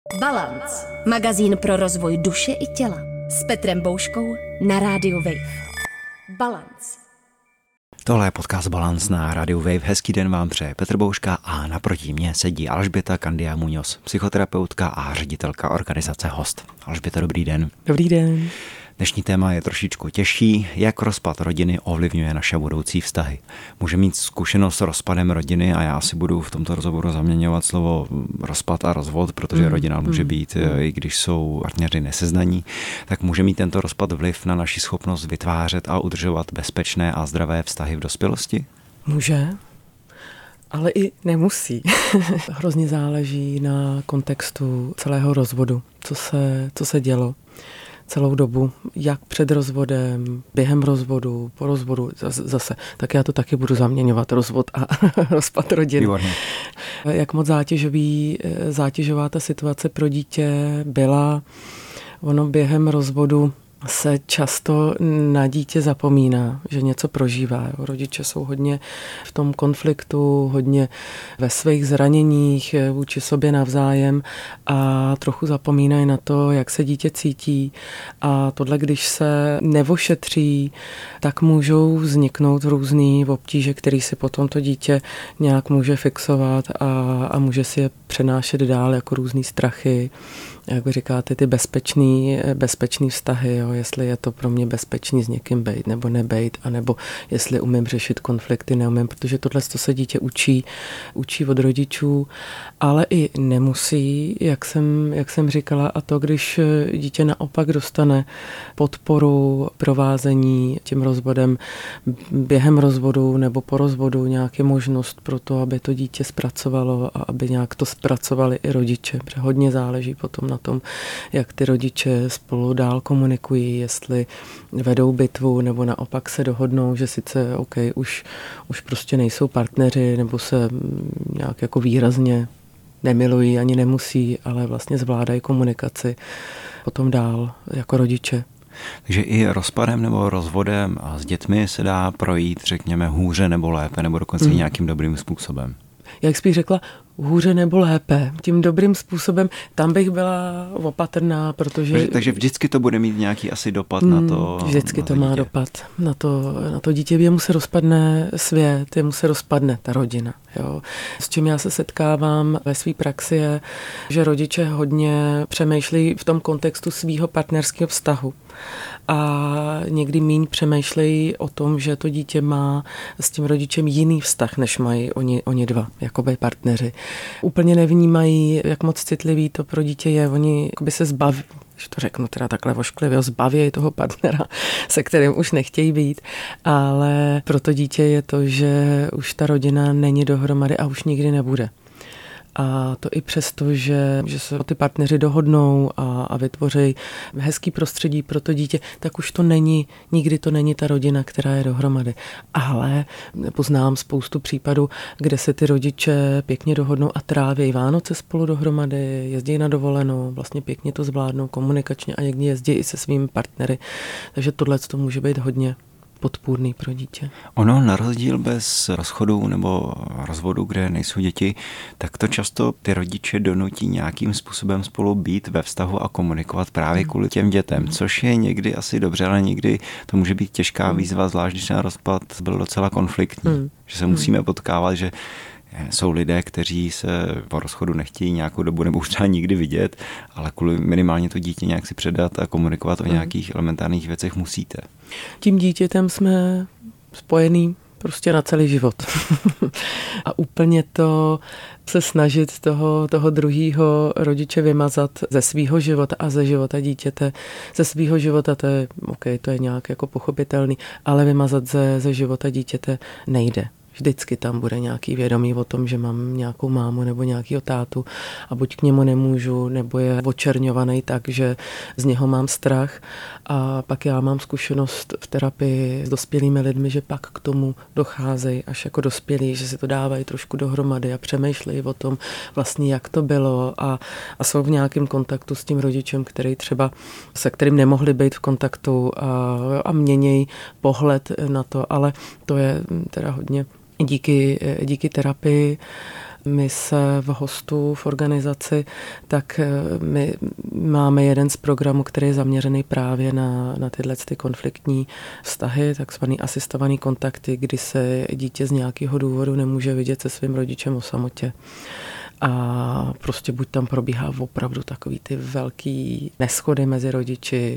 Balance. Magazín pro rozvoj duše i těla. S Petrem Bouškou na rádiu Wave. Balance. Tohle je podcast Balance na rádiu Wave. Hezký den vám přeje Petr Bouška a naproti mně sedí Alžběta Candia Muñoz, psychoterapeutka a ředitelka organizace Host. Alžběta, dobrý den. Dobrý den. Dnešní téma je trošičku těžší. Jak rozpad rodiny ovlivňuje naše budoucí vztahy? Může mít zkušenost s rozpadem rodiny a já si budu v tomto rozhovoru zaměňovat slovo rozpad a rozvod, protože rodina může být, i když jsou partneři neseznaní, tak může mít tento rozpad vliv na naši schopnost vytvářet a udržovat bezpečné a zdravé vztahy v dospělosti? Může, ale i nemusí. Hrozně záleží na kontextu celého rozvodu, co se dělo celou dobu, jak před rozvodem, během rozvodu, po rozvodu zase. Tak já to taky budu zaměňovat, rozvod a rozpad rodiny. Výborně. Jak moc zátěžová ta situace pro dítě byla. Ono během rozvodu se často na dítě zapomíná, že něco prožívá. Rodiče jsou hodně v tom konfliktu, hodně ve svých zraněních vůči sobě navzájem a trochu zapomínají na to, jak se dítě cítí. A tohle, když se neošetří, tak můžou vzniknout různý obtíže, který si potom to dítě nějak může fixovat a může si je přenášet dál jako různý strachy. Jak říkáte, ty bezpečný vztahy, jo, jestli je to pro mě bezpečný s někým bejt nebo nebejt, anebo jestli umím řešit konflikty, neumím, protože tohle se dítě učí od rodičů, ale i nemusí, jak jsem říkala, a to, když dítě naopak dostane podporu, provázení tím rozvodem, během rozvodu nebo po rozvodu nějaké možnost pro to, aby to dítě zpracovalo a aby nějak to zpracovali i rodiče, protože hodně záleží potom na tom, jak ty rodiče spolu dál komunikují, jestli vedou bitvu, nebo naopak se dohodnou, že sice už prostě nejsou partneři, nebo se nějak jako výrazně nemilují, ani nemusí, ale vlastně zvládají komunikaci potom dál jako rodiče. Takže i rozpadem nebo rozvodem a s dětmi se dá projít, řekněme, hůře nebo lépe, nebo dokonce nějakým dobrým způsobem. Jak spíš řekla, hůře nebo lépe. Tím dobrým způsobem, tam bych byla opatrná, protože... Takže vždycky to bude mít nějaký asi dopad na to. Vždycky to má dopad na to dítě. Jemu se rozpadne svět, jemu se rozpadne ta rodina. Jo. S čím já se setkávám ve své praxi je, že rodiče hodně přemýšlejí v tom kontextu svýho partnerského vztahu. A někdy míň přemýšlejí o tom, že to dítě má s tím rodičem jiný vztah, než mají oni dva, jakoby partneři. Úplně nevnímají, jak moc citlivý to pro dítě je. Oni jakoby se zbaví, když to řeknu teda takhle vošklivě, zbaví toho partnera, se kterým už nechtějí být, ale pro to dítě je to, že už ta rodina není dohromady a už nikdy nebude. A to i přesto, že se ty partneři dohodnou a vytvoří hezký prostředí pro to dítě, tak už to není, nikdy to není ta rodina, která je dohromady. Ale poznám spoustu případů, kde se ty rodiče pěkně dohodnou a tráví Vánoce spolu dohromady, jezdí na dovolenou, vlastně pěkně to zvládnou komunikačně a někdy jezdí i se svými partnery. Takže tohle to může být hodně podpůrný pro dítě. Ono na rozdíl bez rozchodu nebo rozvodu, kde nejsou děti, tak to často ty rodiče donutí nějakým způsobem spolu být ve vztahu a komunikovat právě kvůli těm dětem, což je někdy asi dobře, ale někdy to může být těžká výzva, zvlášť když ten rozpad byl docela konfliktní, že se musíme potkávat, že jsou lidé, kteří se po rozchodu nechtějí nějakou dobu nebo už třeba nikdy vidět, ale kvůli minimálně to dítě nějak si předat a komunikovat o nějakých elementárních věcech musíte. Tím dítětem jsme spojení prostě na celý život. A úplně to se snažit toho druhýho rodiče vymazat ze svýho života a ze života dítěte. Ze svýho života to je nějak jako pochopitelný, ale vymazat ze života dítěte nejde. Vždycky tam bude nějaký vědomí o tom, že mám nějakou mámu nebo nějakýho tátu a buď k němu nemůžu, nebo je očerňovaný tak, že z něho mám strach. A pak já mám zkušenost v terapii s dospělými lidmi, že pak k tomu docházejí až jako dospělí, že si to dávají trošku dohromady a přemýšlejí o tom vlastně, jak to bylo a jsou v nějakém kontaktu s tím rodičem, který třeba se kterým nemohli být v kontaktu a měnějí pohled na to, ale to je teda hodně díky terapii My se v Hostu v organizaci, tak my máme jeden z programů, který je zaměřený právě na tyhle konfliktní vztahy, takzvaný asistovaný kontakty, kdy se dítě z nějakého důvodu nemůže vidět se svým rodičem o samotě. A prostě buď tam probíhá opravdu takový ty velký neshody mezi rodiči,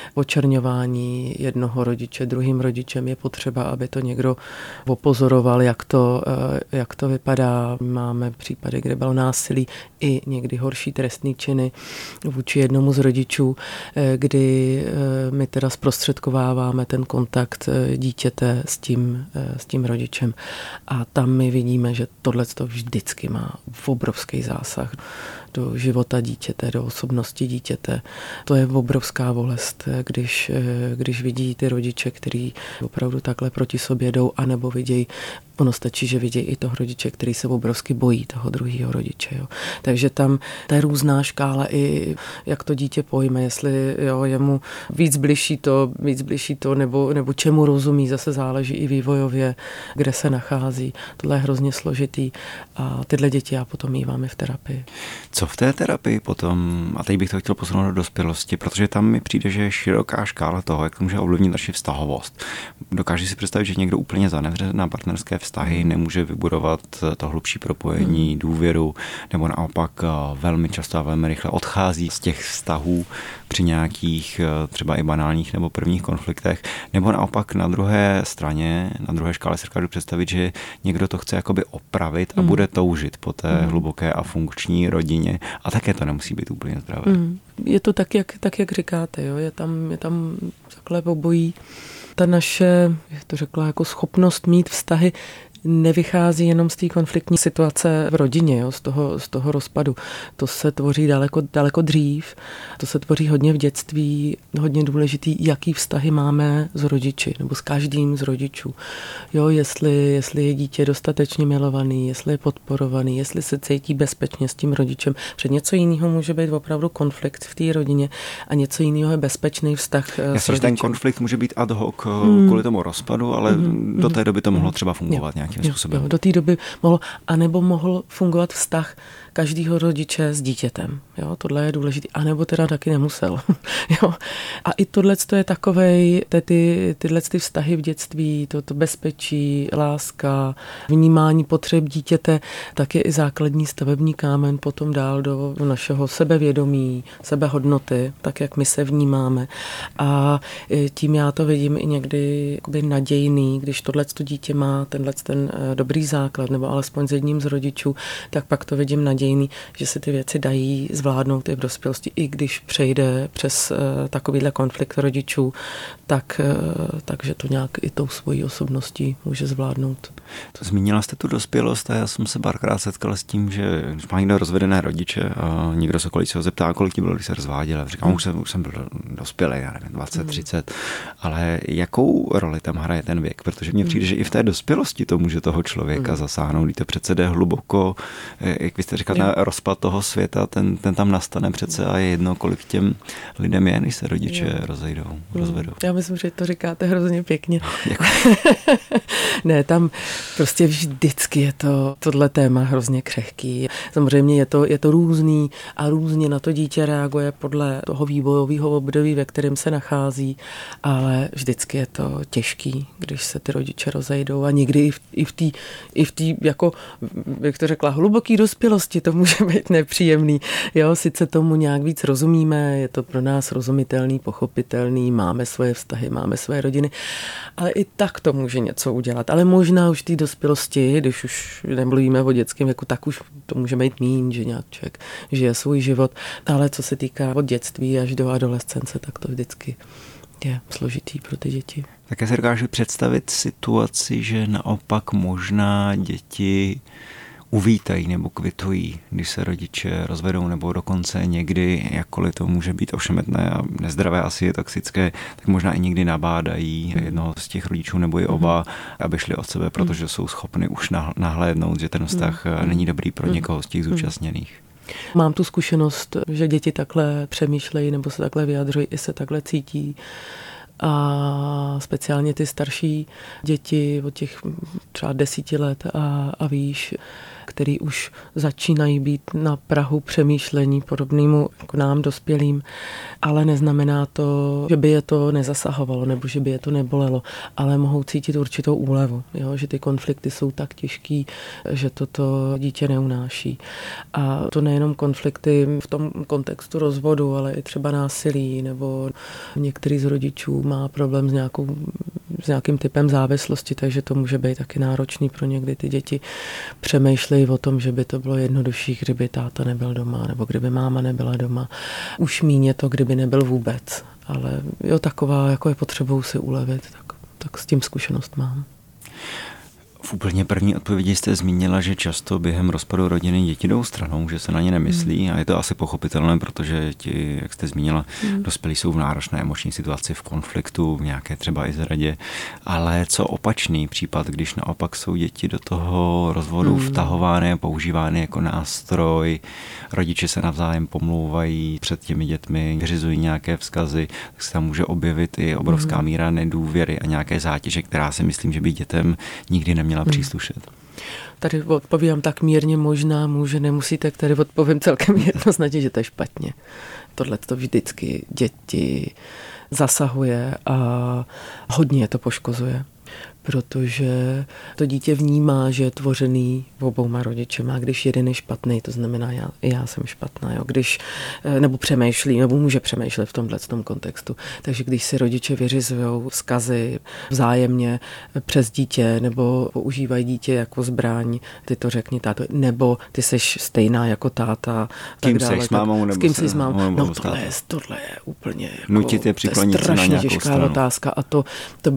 očerňování jednoho rodiče druhým rodičem, je potřeba, aby to někdo opozoroval, jak to vypadá. Máme případy, kde bylo násilí i někdy horší trestné činy vůči jednomu z rodičů, kdy my teda zprostředkováváme ten kontakt dítěte s tím rodičem. A tam my vidíme, že tohle vždycky má obrovský zásah do života dítěte, do osobnosti dítěte. To je obrovská bolest, když vidí ty rodiče, kteří opravdu takhle proti sobě jdou, anebo vidějí, ono stačí, že vidějí i toho rodiče, který se obrovsky bojí toho druhého rodiče. Jo. Takže tam to je různá škála i jak to dítě pojme, jestli je mu víc bližší to, nebo čemu rozumí, zase záleží i vývojově, kde se nachází. Tohle je hrozně složitý a tyhle děti já potom míváme v terapii. Co v té terapii potom, a teď bych to chtěl posunout do dospělosti, protože tam mi přijde, že je široká škála toho, jak to může ovlivnit naši vztahovost. Dokážu si představit, že někdo úplně zanevře na partnerské vztahy, nemůže vybudovat to hlubší propojení, důvěru, nebo naopak velmi často a velmi rychle odchází z těch vztahů při nějakých třeba i banálních nebo prvních konfliktech, nebo naopak na druhé straně, na druhé škále si dokážu představit, že někdo to chce jakoby opravit a bude toužit po té hluboké a funkční rodině a také to nemusí být úplně zdravé. Je to tak, jak říkáte, jo? Je tam takhle obojí. Ta naše, jak to řekla, jako schopnost mít vztahy nevychází jenom z té konfliktní situace v rodině, jo, z toho rozpadu. To se tvoří daleko dřív, to se tvoří hodně v dětství, hodně důležitý, jaký vztahy máme s rodiči, nebo s každým z rodičů. Jo, jestli je dítě dostatečně milovaný, jestli je podporovaný, jestli se cítí bezpečně s tím rodičem. Před něco jiného může být opravdu konflikt v té rodině a něco jiného je bezpečný vztah s rodičem. Ten konflikt může být ad hoc kvůli tomu rozpadu, ale do té doby to mohlo třeba fungovat nějakým způsobem. Jo, do té doby mohl fungovat vztah každého rodiče s dítětem. Jo, tohle je důležité. A nebo teda taky nemusel. Jo. A i tohle je takovej, tyhle vztahy v dětství, to bezpečí, láska, vnímání potřeb dítěte, tak je i základní stavební kámen potom dál do našeho sebevědomí, sebehodnoty, tak jak my se vnímáme. A tím já to vidím i někdy jakoby nadějný, když tohle dítě má ten dobrý základ, nebo alespoň s jedním z rodičů, tak pak to vidím nadějný, že se ty věci dají zvládnout i v dospělosti, i když přejde přes takovýhle konflikt rodičů, takže to nějak i tou svojí osobností může zvládnout. Zmínila jste tu dospělost a já jsem se párkrát setkal s tím, že když má někdo rozvedené rodiče a někdo se okolí se ho zeptá, kolik ti bylo, když se rozváděl. A říkám, už jsem byl dospělý, já nevím, 20, 30, ale jakou roli tam hraje ten věk? Protože mně přijde, že i v té dospělosti to může toho člověka zasáhnout, když to přece jde hluboko, jak vy jste říkal, rozpad toho světa, ten tam nastane přece a je jedno, kolik těm lidem je, než se rodiče rozvedou. Já myslím, že to říkáte hrozně pěkně. Ne, tam prostě vždycky je tohle téma hrozně křehký. Samozřejmě je to různý a různě na to dítě reaguje podle toho vývojového období, ve kterém se nachází, ale vždycky je to těžký, když se ty rodiče rozejdou a někdy i v té jako, jak to řekla, hluboký dospělosti to může být nepříjemný. Jo, sice tomu nějak víc rozumíme, je to pro nás rozumitelný, pochopitelný, máme svoje vztahy, máme své rodiny, ale i tak to může něco udělat. Ale možná už v té dospělosti, když už nemluvíme o dětském věku, tak už to může být míň, že nějak člověk žije svůj život. Ale co se týká od dětství až do adolescence, tak to vždycky je složitý pro ty děti. Také se dokážu představit situaci, že naopak možná děti uvítají nebo kvitují, když se rodiče rozvedou, nebo dokonce někdy, jakkoliv to může být ošemetné a nezdravé, asi je toxické, tak možná i někdy nabádají jednoho z těch rodičů nebo i oba, aby šli od sebe, protože jsou schopni už nahlédnout, že ten vztah není dobrý pro někoho z těch zúčastněných. Mám tu zkušenost, že děti takhle přemýšlejí nebo se takhle vyjadřují, i se takhle cítí. A speciálně ty starší děti od těch třeba 10 let a výš, který už začínají být na prahu přemýšlení podobnému jako nám dospělým, ale neznamená to, že by je to nezasahovalo nebo že by je to nebolelo, ale mohou cítit určitou úlevu, jo? Že ty konflikty jsou tak těžký, že toto dítě neunáší. A to nejenom konflikty v tom kontextu rozvodu, ale i třeba násilí, nebo některý z rodičů má problém s nějakým typem závislosti, takže to může být taky náročný pro někdy ty děti. Přemýšlejí o tom, že by to bylo jednodušší, kdyby táta nebyl doma, nebo kdyby máma nebyla doma. Už míně to, kdyby nebyl vůbec. Ale jo, taková, jako je potřebou si ulevit, tak s tím zkušenost mám. V úplně první odpovědi jste zmínila, že často během rozpadu rodiny děti jdou stranou, že se na ně nemyslí a je to asi pochopitelné, protože ti, jak jste zmínila, dospělí jsou v náročné emoční situaci, v konfliktu, v nějaké třeba i zradě. Ale co opačný případ, když naopak jsou děti do toho rozvodu vtahovány, používány jako nástroj, rodiče se navzájem pomlouvají před těmi dětmi, vyřizují nějaké vzkazy, tak se tam může objevit i obrovská míra nedůvěry a nějaké zátěže, která si myslím, že by dětem nikdy neměla příslušet. Tady odpovídám tak mírně, možná může, nemusíte, tady odpovím celkem jednoznačně, že to je špatně. Tohle to vždycky děti zasahuje a hodně je to poškozuje. Protože to dítě vnímá, že je tvořený obouma rodičema, a když jeden je špatný, to znamená já jsem špatná, jo? Nebo přemýšlí, nebo může přemýšlet v tomhletom kontextu. Takže když si rodiče vyřizujou vzkazy vzájemně přes dítě, nebo používají dítě jako zbraň, ty to řekni táto, nebo ty seš stejná jako táta. Kým seš s mámou, nebo s kým jsi s mámou? No tohle je úplně jako, nutit je přiklonit se na nějakou těžká stranu. Otázka a to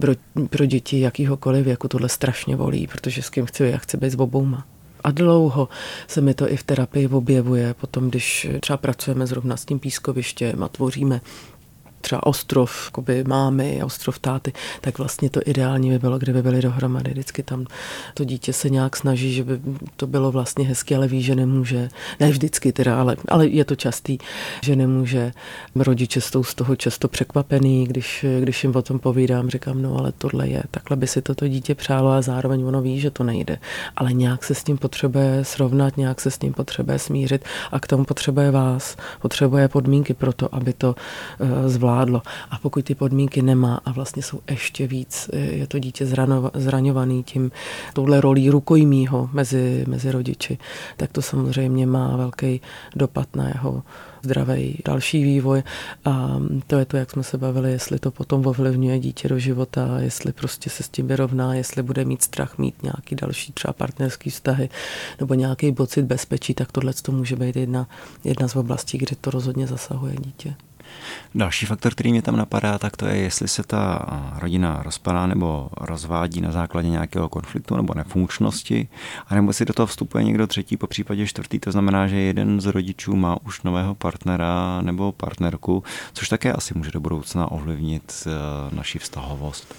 pro děti jakýhokoliv věku tohle strašně volí, protože s kým já chci být s obouma. A dlouho se mi to i v terapii objevuje, potom když třeba pracujeme zrovna s tím pískovištěm a tvoříme třeba ostrov jakoby mámy a ostrov táty, tak vlastně to ideální by bylo, kdyby byly dohromady. Vždycky tam to dítě se nějak snaží, že by to bylo vlastně hezky, ale ví, že nemůže. Ne vždycky teda, ale je to častý, že nemůže. Rodiče jsou z toho často překvapený, když jim o tom povídám, říkám, no ale tohle je, takhle by si toto dítě přálo a zároveň ono ví, že to nejde. Ale nějak se s tím potřebuje srovnat, nějak se s tím potřebuje smířit a k tomu potřebuje vás, potřebuje podmínky pro to, aby to zvládlo. A pokud ty podmínky nemá a vlastně jsou ještě víc, je to dítě zraňovaný tím touhle rolí rukojmího mezi rodiči, tak to samozřejmě má velký dopad na jeho zdravý další vývoj a to je to, jak jsme se bavili, jestli to potom ovlivňuje dítě do života, jestli prostě se s tím vyrovná, jestli bude mít strach mít nějaký další třeba partnerský vztahy nebo nějaký pocit bezpečí, tak tohle to může být jedna z oblastí, kde to rozhodně zasahuje dítě. Další faktor, který mě tam napadá, tak to je, jestli se ta rodina rozpadá nebo rozvádí na základě nějakého konfliktu nebo nefunkčnosti, anebo si do toho vstupuje někdo třetí, po případě čtvrtý, to znamená, že jeden z rodičů má už nového partnera nebo partnerku, což také asi může do budoucna ovlivnit naši vztahovost.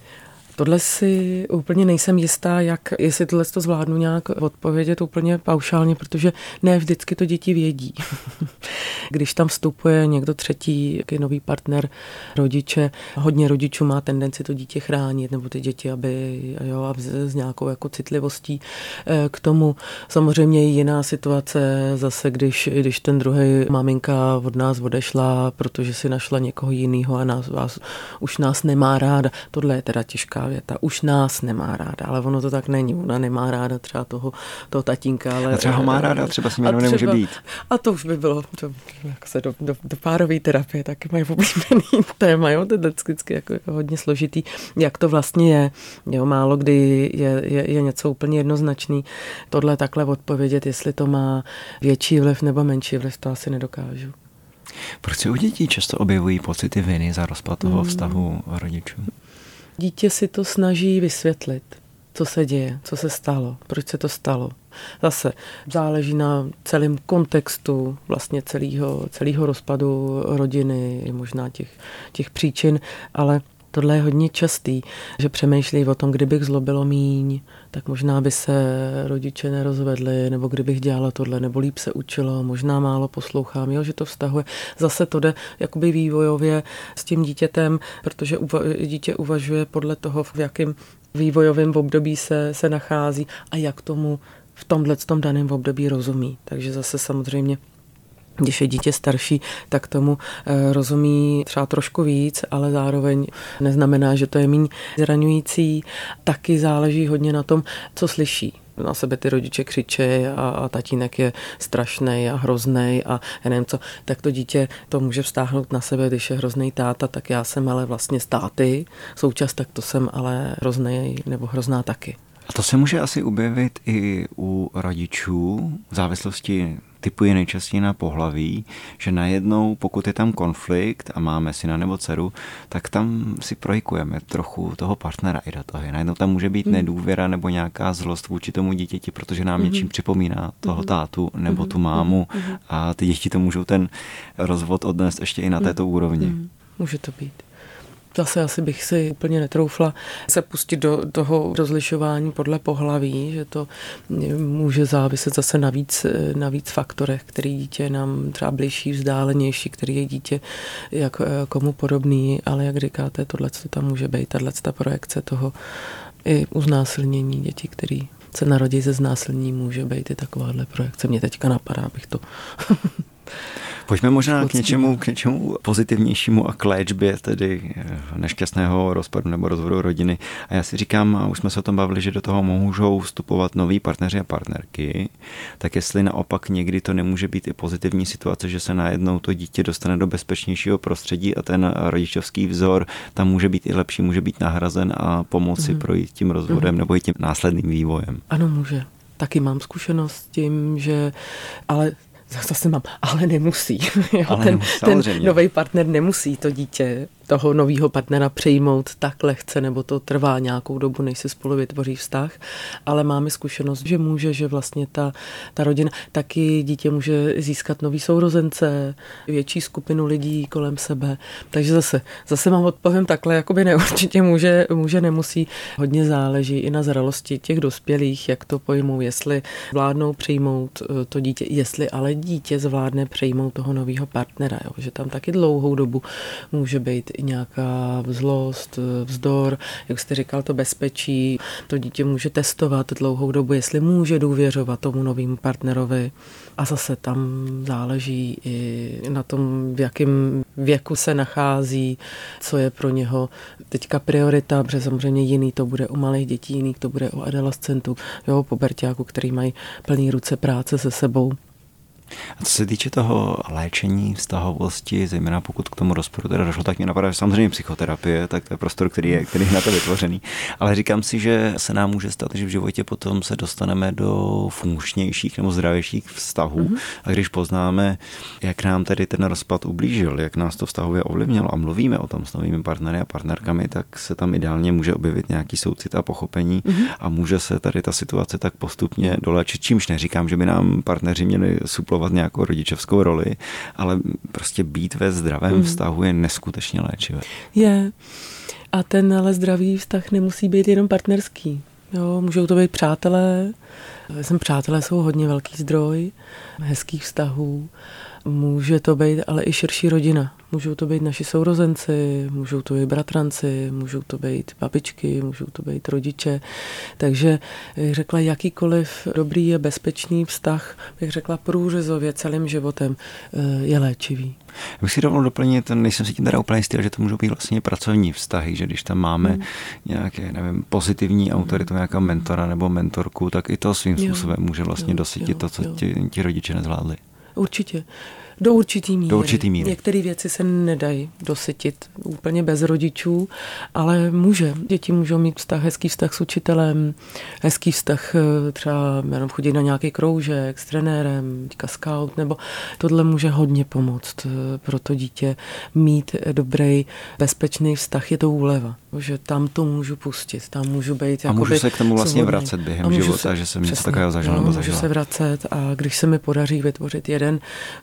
Tohle si úplně nejsem jistá, jestli tohle to zvládnu nějak odpovědět úplně paušálně, protože ne vždycky to děti vědí. Když tam vstupuje někdo třetí, nový partner, rodiče, hodně rodičů má tendenci to dítě chránit, nebo ty děti, aby s nějakou jako citlivostí k tomu. Samozřejmě je jiná situace zase, když ten druhý maminka od nás odešla, protože si našla někoho jiného a už nás nemá ráda. Tohle je teda těžká věta. Už nás nemá ráda, ale ono to tak není. Ona nemá ráda třeba toho tatínka. Ale, a třeba ho má ráda, třeba s ním jenom nemůže být. A to už by bylo, jako se do párové terapie taky mají oblíbený téma, jo? To je vždycky jako hodně složitý, jak to vlastně je. Jo? Málo kdy je něco úplně jednoznačný. Tohle takhle odpovědět, jestli to má větší vliv nebo menší vliv, to asi nedokážu. Proč se u dětí často objevují pocity viny za rozpad toho vztahu rodičů? Dítě si to snaží vysvětlit, co se děje, co se stalo, proč se to stalo. Zase záleží na celém kontextu vlastně celého rozpadu rodiny, možná těch příčin, ale Tohle je hodně častý, že přemýšlí o tom, kdybych zlobilo míň, tak možná by se rodiče nerozvedli, nebo kdybych dělala tohle, nebo líp se učilo, možná málo poslouchám, jo, že to vztahuje. Zase to jde jakoby vývojově s tím dítětem, protože dítě uvažuje podle toho, v jakém vývojovém období se nachází a jak tomu v tomhletom daném období rozumí. Takže zase samozřejmě když je dítě starší, tak tomu rozumí třeba trošku víc, ale zároveň neznamená, že to je méně zraňující. Taky záleží hodně na tom, co slyší. Na sebe ty rodiče křičejí a tatínek je strašnej a hroznej a já nevím co, tak to dítě to může vztáhnout na sebe, když je hroznej táta, tak já jsem ale vlastně z táty, součas, tak to jsem ale hroznej nebo hrozná taky. A to se může asi objevit i u rodičů, v závislosti typuje nejčastěji na pohlaví, že najednou, pokud je tam konflikt a máme syna nebo dceru, tak tam si projikujeme trochu toho partnera i do toho. Najednou tam může být nedůvěra nebo nějaká zlost vůči tomu dítěti, protože nám něčím připomíná toho tátu nebo tu mámu a ty děti to můžou ten rozvod odnést ještě i na této úrovni. Může to být. Zase asi bych si úplně netroufla se pustit do toho rozlišování podle pohlaví, že to může záviset zase na víc faktorech, který dítě je nám třeba bližší, vzdálenější, který je dítě jak komu podobný, ale jak říkáte, tohle tam může být, tato projekce toho i u znásilnění dětí, který se narodí ze znásilnění, může být i takováhle projekce. Mě teďka napadá, abych to... Pojďme možná k něčemu pozitivnějšímu a k léčbě tedy nešťastného rozpadu nebo rozvodu rodiny. A já si říkám, a už jsme se o tom bavili, že do toho můžou vstupovat noví partneři a partnerky, tak jestli naopak někdy to nemůže být i pozitivní situace, že se najednou to dítě dostane do bezpečnějšího prostředí a ten rodičovský vzor tam může být i lepší, může být nahrazen a pomoci projít tím rozvodem nebo i tím následným vývojem. Ano, může. Taky mám zkušenost s tím, že zase mám, ale nemusí. Ten nový partner nemusí to dítě toho nového partnera přejmout tak lehce, nebo to trvá nějakou dobu, než se spolu vytvoří vztah, ale máme zkušenost, že může, že vlastně ta rodina, taky dítě může získat nový sourozence, větší skupinu lidí kolem sebe. Takže zase mám odpovím takhle, jakoby neurčitě může, nemusí. Hodně záleží i na zralosti těch dospělých, jak to pojmou, jestli vládnou přijmout to dítě, jestli ale dítě zvládne přejmout toho nového partnera, jo? Že tam taky dlouhou dobu může být i nějaká zlost, vzdor, jak jste říkal, to bezpečí. To dítě může testovat dlouhou dobu, jestli může důvěřovat tomu novému partnerovi. A zase tam záleží i na tom, v jakém věku se nachází, co je pro něho teďka priorita, protože samozřejmě jiný to bude u malých dětí, jiný to bude u adolescentů, jo, puberťáků, který mají plný ruce práce se sebou. A co se týče toho léčení vztahovosti, zejména pokud k tomu rozporu teda došlo, tak mě napadá, že samozřejmě psychoterapie, tak to je prostor, který je na to vytvořený. Ale říkám si, že se nám může stát, že v životě potom se dostaneme do funkčnějších nebo zdravějších vztahů. A když poznáme, jak nám tedy ten rozpad ublížil, jak nás to vztahově ovlivnilo a mluvíme o tom s novými partnery a partnerkami, tak se tam ideálně může objevit nějaký soucit a pochopení a může se tady ta situace tak postupně doléčit. Čímž neříkám, že by nám partneři měli suplovat nějakou rodičovskou roli, ale prostě být ve zdravém vztahu je neskutečně léčivé. Je. A ten ale zdravý vztah nemusí být jenom partnerský. Jo, můžou to být přátelé. Přátelé jsou hodně velký zdroj hezkých vztahů. Může to být ale i širší rodina. Můžou to být naši sourozenci, můžou to být bratranci, můžou to být babičky, můžou to být rodiče. Takže bych řekla, jakýkoliv dobrý a bezpečný vztah, bych řekla průřezově celým životem je léčivý. Bych si dovolil doplnit, nejsem si tím teda úplně jistý, že to můžou být vlastně pracovní vztahy, že když tam máme nějaké, nevím, pozitivní autoritu, nějaká mentora nebo mentorku, tak i to svým způsobem může vlastně dosytit to, co ti rodiče nezvládli. Určitě. Do určitý míry. Některé věci se nedají dosytit úplně bez rodičů, ale děti můžou mít hezký vztah s učitelem, hezký vztah třeba jenom chodit na nějaký kroužek s trenérem, scout, nebo tohle může hodně pomoct pro to dítě mít dobrý, bezpečný vztah, je to úleva, že tam to můžu pustit, tam můžu být a můžu se k tomu vlastně vracet během života, že jsem něco takového zažil nebo zažila. Můžu se vracet a když se mi podaří vytvořit jeden dobrý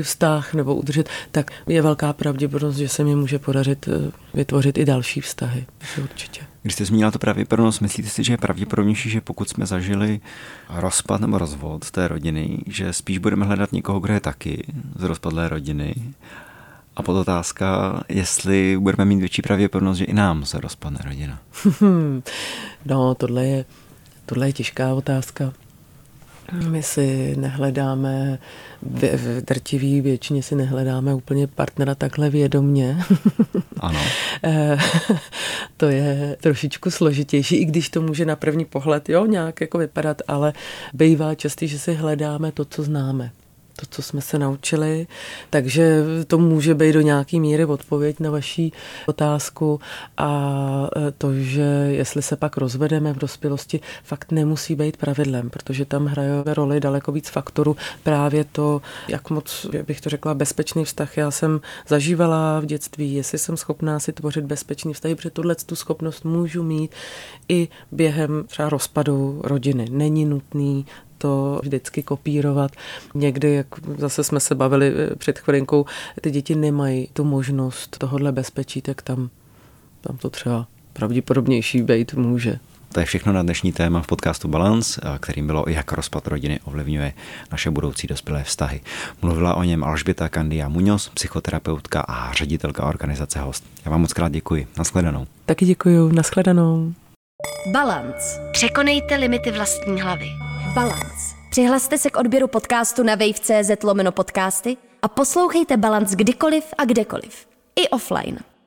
vztah nebo udržet, tak je velká pravděpodobnost, že se mi může podařit vytvořit i další vztahy. Určitě. Když jste zmínila tu pravděpodobnost, myslíte si, že je pravděpodobnější, že pokud jsme zažili rozpad nebo rozvod té rodiny, že spíš budeme hledat někoho, kdo je taky z rozpadlé rodiny? A podotázka, jestli budeme mít větší pravděpodobnost, že i nám se rozpadne rodina. No, tohle je těžká otázka. My si nehledáme, v drtivý většině si nehledáme úplně partnera takhle vědomně. Ano. To je trošičku složitější, i když to může na první pohled nějak jako vypadat, ale bývá častý, že si hledáme to, co známe. To, co jsme se naučili, takže to může být do nějaký míry odpověď na vaši otázku a to, že jestli se pak rozvedeme v dospělosti, fakt nemusí být pravidlem, protože tam hraje roli daleko víc faktorů. Právě to, jak moc, bych to řekla, bezpečný vztah já jsem zažívala v dětství, jestli jsem schopná si tvořit bezpečný vztah, protože tu schopnost můžu mít i během třeba rozpadu rodiny. Není nutný to vždycky kopírovat. Někdy, jak zase jsme se bavili před chvilinkou, ty děti nemají tu možnost tohohle bezpečí, tak tam to třeba pravděpodobnější být může. To je všechno na dnešní téma v podcastu Balance, kterým bylo, jak rozpad rodiny ovlivňuje naše budoucí dospělé vztahy. Mluvila o něm Alžběta Candia Muñoz, psychoterapeutka a ředitelka organizace Host. Já vám moc krát děkuji. Nashledanou. Taky děkuju. Nashledanou. Balance. Překonejte limity vlastní hlavy. Balance. Přihlaste se k odběru podcastu na wave.cz/podcasty a poslouchejte Balance kdykoliv a kdekoliv. I offline.